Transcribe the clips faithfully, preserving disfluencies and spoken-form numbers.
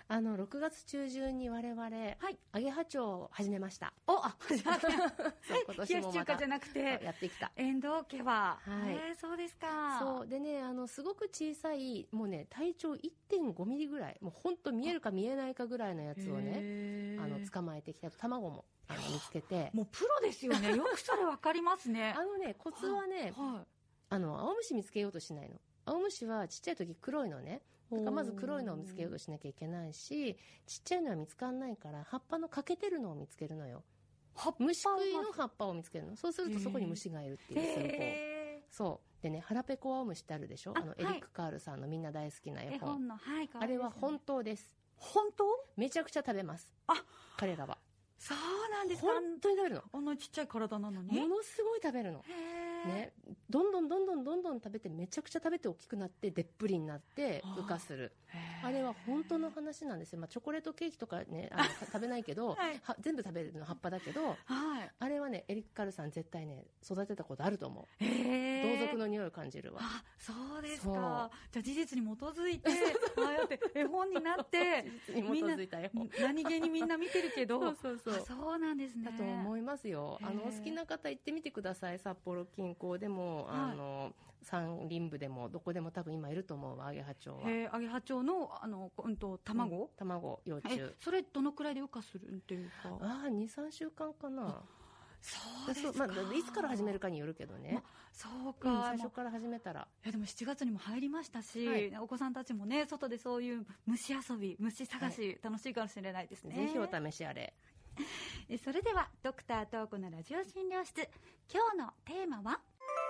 あのろくがつ中旬に我々、はい、アゲハチョウを始めました。 おあそう今年もまた冷やし中華じゃなくてやってきた遠藤家は、 はい、 えー、そうですか。 そうでね、あのすごく小さい、もうね体長 いってんごミリぐらい、もう本当見えるか見えないかぐらいのやつをね、あの捕まえてきた。卵もあの見つけて、 もうプロですよね。よくそれ分かりますね。 あのねコツはね、はいはい、あの青虫見つけようとしないの。青虫はちっちゃい時黒いのね、だからまず黒いのを見つけようとしなきゃいけないし、ちっちゃいのは見つかんないから葉っぱの欠けてるのを見つけるのよ。虫食いの葉っぱを見つけるの。そうするとそこに虫がいるっていう寸法。そうでね、腹ペコ青虫ってあるでしょ。あのエリック・カールさんのみんな大好きな絵本、 絵本の、はい、 あれは本当です。 本当？ めちゃくちゃ食べます。 あ、 彼らは。 そうなんですか。 本当に食べるの。 あのちっちゃい体なのにものすごい食べるの。ね、どんどんどんどんどんどん食べて、めちゃくちゃ食べて大きくなってでっぷりになって羽化する。あれは本当の話なんですよ。まあ、チョコレートケーキとかね、あの食べないけど、はい、は全部食べるの葉っぱだけど、はい、あれはねエリック・カールさん絶対ね育てたことあると思う。同族の匂いを感じるわ。 あ、そうですか。じゃあ事実に基づいてああやって絵本になって事実に基づいた絵本、 何気にみんな見てるけどそうそうそう、 そうなんですね。 だと思いますよ。あのお好きな方行ってみてください。札幌近郊でも、あの、はい、山林部でもどこでも多分今いると思うわ、アゲハチョウは。 えー、アゲハチョウのあの、うんと、卵、うん、 卵幼虫。 それどのくらいで羽化するっていうか。 ああ、にさんしゅうかんかな。 そうですか。 まあ、いつから始めるかによるけどね、ま、 そうか、 うん、最初から始めたら。 いやでもしちがつにも入りましたし、はい、お子さんたちもね外でそういう虫遊び虫探し、はい、楽しいかもしれないですね。 ぜひお試しあれ。 それではドクタートークのラジオ診療室、今日のテーマは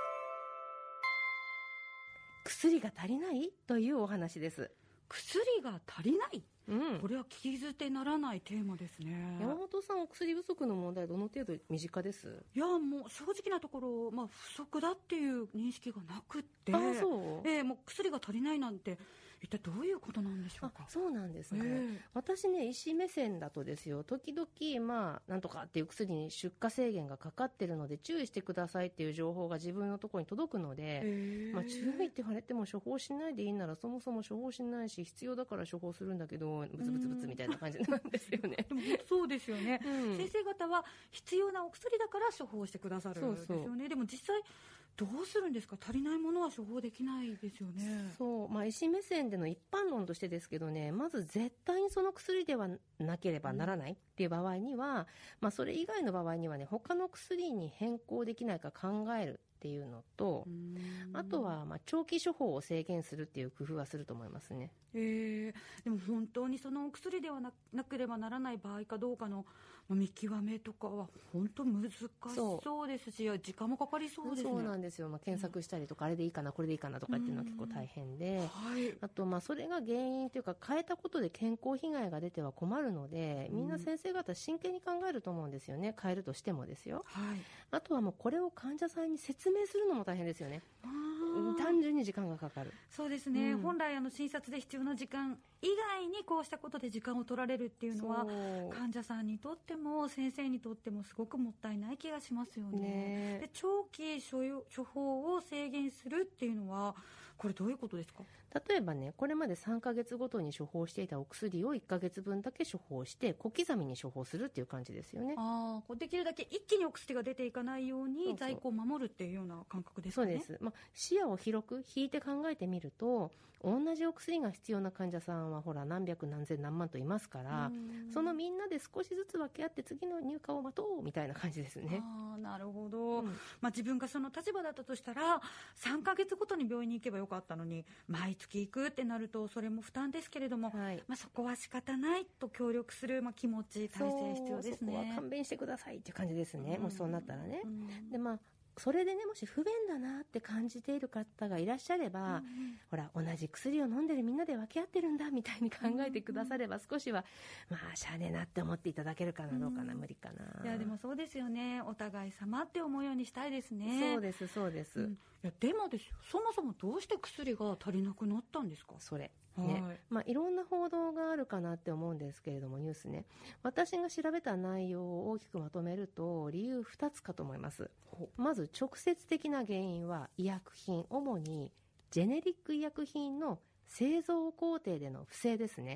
薬が足りないというお話です。 薬が足りない、うん、これは聞き捨てならないテーマですね。 山本さん、お薬不足の問題どの程度身近です？ いやもう正直なところ、まあ、不足だっていう認識がなくって、 ああそう、 えー、もう薬が足りないなんて一体どういうことなんでしょうか。 そうなんですね、えー、 私ね医師目線だとですよ、時々まあなんとかっていう薬に出荷制限がかかってるので注意してくださいっていう情報が自分のところに届くので、えーまあ、注意って言われても処方しないでいいならそもそも処方しないし、必要だから処方するんだけどブツブツブツみたいな感じなんですよね。 でもそうですよね、うん、先生方は必要なお薬だから処方してくださるんですよね。そうそう、でも実際どうするんですか。足りないものは処方できないですよね。 そう、まあ、医師目線での一般論としてですけどね、まず絶対にその薬ではなければならないっていう場合には、うん、まあ、それ以外の場合にはね、他の薬に変更できないか考えるっていうのと、あとはまあ長期処方を制限するっていう工夫はすると思いますね。 えー、でも本当にそのお薬では な, なければならない場合かどうかの見極めとかは本当難しそうですし、時間もかかりそうですね。 そうなんですよ、まあ、検索したりとか、うん、あれでいいかなこれでいいかなとかっていうのは結構大変で、はい、あとまあそれが原因というか変えたことで健康被害が出ては困るので、みんな先生方真剣に考えると思うんですよね、変えるとしてもですよ、はい、あとはもうこれを患者さんに説明するのも大変ですよね。単純に時間がかかる。 そうですね、うん、本来あの診察で必要な時間以外にこうしたことで時間を取られるっていうのは患者さんにとっても先生にとってもすごくもったいない気がしますよ ね, ねで長期処方を制限するっていうのはこれどういうことですか。 例えばね、これまでさんかげつごとに処方していたお薬をいっかげつぶんだけ処方して小刻みに処方するっていう感じですよね。 あこうできるだけ一気にお薬が出ていかないように在庫を守るっていうような感覚ですかね。 そうです、まあ、視野を広く引いて考えてみると、同じお薬が必要な患者さんはほら何百何千何万といますから、そのみんなで少しずつ分け合って次の入荷を待とうみたいな感じですね。 あなるほど、うんまあ、自分がその立場だったとしたらさんかげつごとに病院に行けばよかったのに毎月行くってなるとそれも負担ですけれども、はいまあ、そこは仕方ないと協力する、まあ、気持ち体制必要ですね。 そこは勘弁してくださいっていう感じですね、うん、もしそうなったらね、うん、でまあそれでね、もし不便だなって感じている方がいらっしゃれば、うんうん、ほら同じ薬を飲んでるみんなで分け合ってるんだみたいに考えてくだされば、うんうん、少しはまあしゃあねえなって思っていただけるかな、どうかな、うん、無理かな。 いやでもそうですよね、お互い様って思うようにしたいですね。 そうですそうです、うん、いやでもですよ、そもそもどうして薬が足りなくなったんですか。 それね、はいまあ、いろんな報道があるかなって思うんですけれども、ニュースね、私が調べた内容を大きくまとめると理由ふたつかと思います。まず直接的な原因は医薬品、主にジェネリック医薬品の製造工程での不正ですね。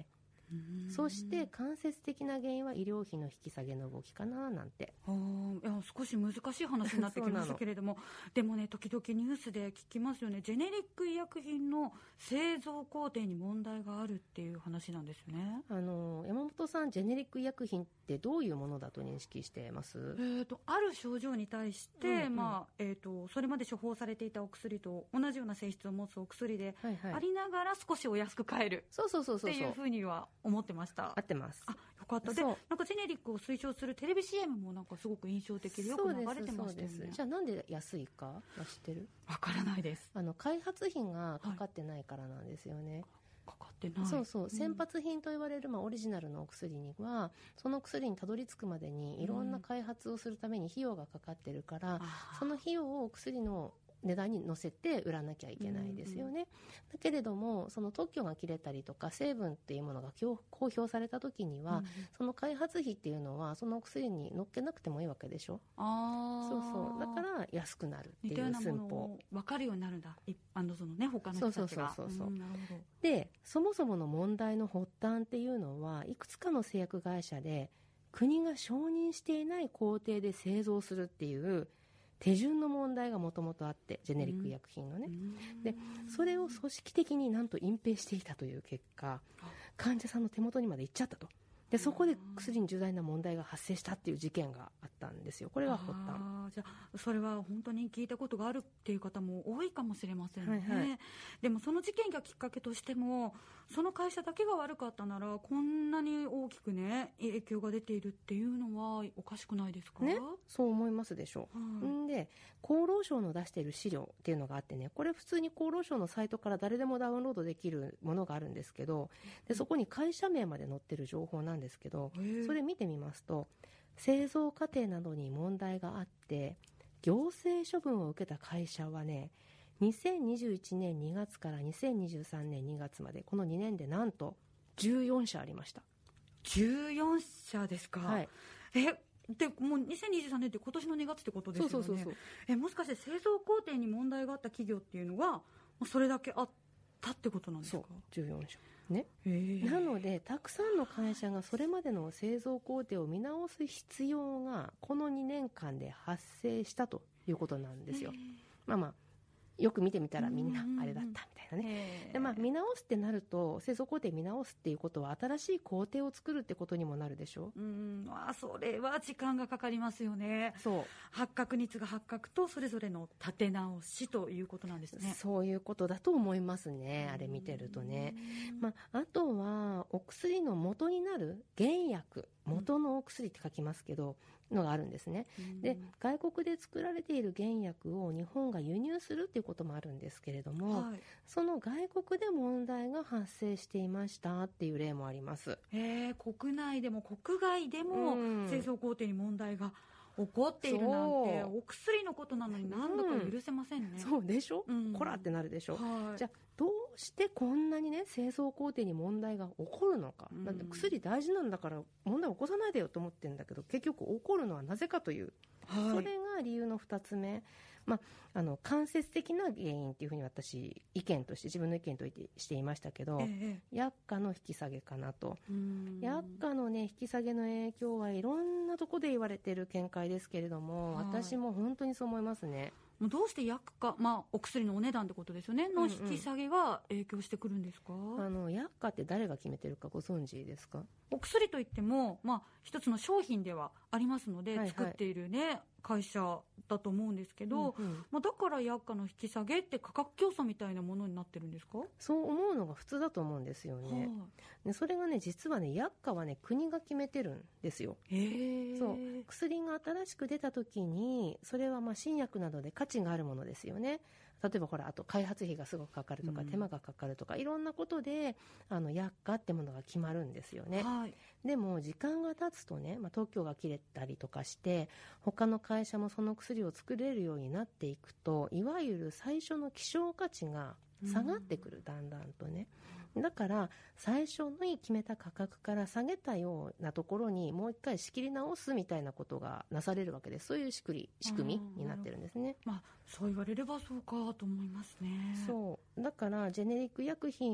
そして間接的な原因は医療費の引き下げの動きかななんて。 あいや少し難しい話になってきましたけれどもでもね時々ニュースで聞きますよね。ジェネリック医薬品の製造工程に問題があるっていう話なんですよね。 あの山本さん、ジェネリック医薬品ってどういうものだと認識してます？ えー、とある症状に対して、うんうんまあえー、とそれまで処方されていたお薬と同じような性質を持つお薬でありながら少しお安く買えるっていうふうには思ってました。 合ってます。 あよかった。でなんかジェネリックを推奨するテレビ シーエム もなんかすごく印象的でよく流れてましたよね。 じゃあなんで安いかは知ってる？ わからないです。 あの開発費がかかってないからなんですよね、はいかかってない。 そうそう、先発品と言われる、まあ、オリジナルのお薬にはその薬にたどり着くまでにいろんな開発をするために費用がかかってるから、うん、その費用をお薬の値段に乗せて売らなきゃいけないですよね、うんうん、だけれどもその特許が切れたりとか成分っていうものが公表された時には、うん、その開発費っていうのはそのお薬に乗っけなくてもいいわけでしょ。あそうそうだから安くなるっていう寸法分かるようになるんだあのそのね他の人たちが。 そうそうそうそう、うん、なるほど。でそもそもの問題の発端っていうのはいくつかの製薬会社で国が承認していない工程で製造するっていう手順の問題がもともとあって、ジェネリック医薬品のね、でそれを組織的になんと隠蔽していたという結果患者さんの手元にまで行っちゃったと。でそこで薬に重大な問題が発生したっていう事件があったんですよ。これが発端。 あじゃあそれは本当に聞いたことがあるっていう方も多いかもしれませんね、はいはい、でもその事件がきっかけとしてもその会社だけが悪かったならこんなに大きくね影響が出ているっていうのはおかしくないですかね。そう思いますでしょう、はい、んで厚労省の出している資料っていうのがあってね、これ普通に厚労省のサイトから誰でもダウンロードできるものがあるんですけど、でそこに会社名まで載ってる情報なんですけど、それ見てみますと製造過程などに問題があって行政処分を受けた会社はねにせんにじゅういちねんにがつからにせんにじゅうさんねんにがつまでこのにねんでなんとじゅうよんしゃありました。 じゅうよんしゃですか、はい、えでもうにせんにじゅうさんねんって今年のにがつってことですよね。そうそうそうそう。えもしかして製造工程に問題があった企業っていうのがそれだけあったってことなんですか？ そうじゅうよんしゃね、なのでたくさんの会社がそれまでの製造工程を見直す必要がこのにねんかんで発生したということなんですよ。まあまあよく見てみたらみんなあれだったみたいなね。で、まあ、見直すってなると製造工程見直すっていうことは新しい工程を作るってことにもなるでしょ。 うんあそれは時間がかかりますよね。そう発覚率が発覚とそれぞれの立て直しということなんですね。 そういうことだと思いますね。あれ見てるとね、まあ、あとはお薬の元になる原薬元のお薬って書きますけど、うん、のがあるんですね。で外国で作られている原薬を日本が輸入するっていうこともあるんですけれども、はい、その外国で問題が発生していましたっていう例もあります。 へー国内でも国外でも製造工程に問題が起こっているなんて、お薬のことなのに何度か許せませんね、 うん、そうでしょ、うん、こらってなるでしょ、はい、じゃあどうしてこんなにね製造工程に問題が起こるのか、うん、だって薬大事なんだから問題起こさないでよと思ってるんだけど結局起こるのはなぜかという、はい、それが理由のふたつめ、まあ、あの間接的な原因っていうふうに私意見として自分の意見としていましたけど、ええ、薬価の引き下げかなと。薬価の、ね、引き下げの影響はいろんなとこで言われている見解ですけれども、はい、私も本当にそう思いますね。 どうして薬価、まあ、お薬のお値段ってことですよねの引き下げが影響してくるんですか？ うんうん、あの薬価って誰が決めてるかご存知ですか？ お薬といっても、まあ、一つの商品ではありますので、はいはい、作っている、ね、会社だと思うんですけど、うんうんまあ、だから薬価の引き下げって価格競争みたいなものになってるんですか？ そう思うのが普通だと思うんですよね、はあ、でそれがね実はね薬価はね国が決めてるんですよ。へーそう薬が新しく出た時にそれはまあ新薬などで価値があるものですよね。例えばほらあと開発費がすごくかかるとか、うん、手間がかかるとかいろんなことであの薬価ってものが決まるんですよね、はい、でも時間が経つとね、まあ、特許が切れたりとかして他の会社もその薬を作れるようになっていくといわゆる最初の希少価値が下がってくる、うん、だんだんとね。だから最初に決めた価格から下げたようなところにもう一回仕切り直すみたいなことがなされるわけです。そういう仕組み、仕組みになってるんですね。 まあ、そう言われればそうかと思いますね。 そうだからジェネリック医薬品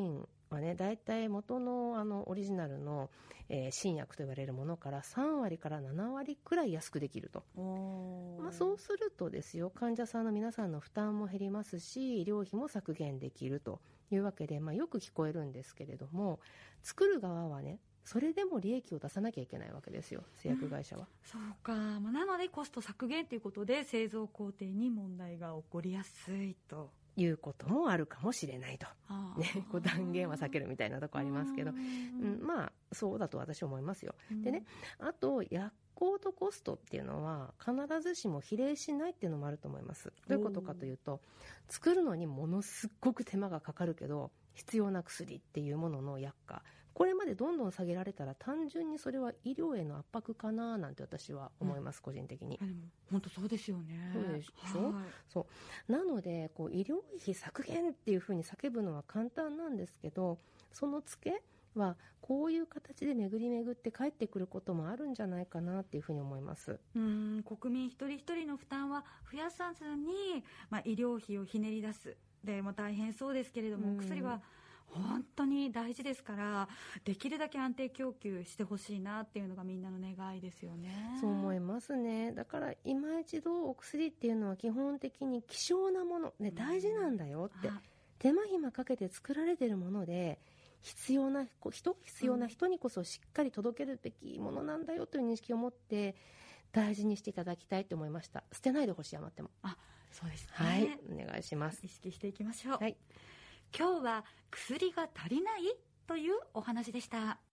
はね、だいたい元のあのオリジナルの、えー新薬と言われるものからさんわりからななわりくらい安くできると。まあ、そうするとですよ、患者さんの皆さんの負担も減りますし、医療費も削減できるというわけで、まあ、よく聞こえるんですけれども、作る側はね、それでも利益を出さなきゃいけないわけですよ、製薬会社は。 そうか、まあ、なのでコスト削減ということで製造工程に問題が起こりやすいということもあるかもしれないと、 あーね、こう断言は避けるみたいなとこありますけど、 ううんん、まあそうだと私は思いますよ。 うんでね、あと薬効とコストっていうのは必ずしも比例しないっていうのもあると思います。どういうことかというと、作るのにものすっごく手間がかかるけど必要な薬っていうものの薬価、これまでどんどん下げられたら単純にそれは医療への圧迫かななんて私は思います、個人的に。 でも本当そうですよね。 そうでしょ、 はいそうなのでこう医療費削減っていうふうに叫ぶのは簡単なんですけど、そのツケはこういう形で巡り巡って帰ってくることもあるんじゃないかなっていうふうに思います。 うん国民一人一人の負担は増やさずに、まあ、医療費をひねり出すでも大変そうですけれども、 うんお薬は本当に大事ですから、できるだけ安定供給してほしいなっていうのがみんなの願いですよね。 そう思いますね。だから今一度お薬っていうのは基本的に希少なもの、ね、大事なんだよって、 あ手間暇かけて作られているもので、必要な人必要な人にこそしっかり届けるべきものなんだよという認識を持って大事にしていただきたいと思いました。捨てないでほしい、余っても。 あそうですね、 はい、お願いします。 意識していきましょう。 はい。 今日は薬が足りないというお話でした。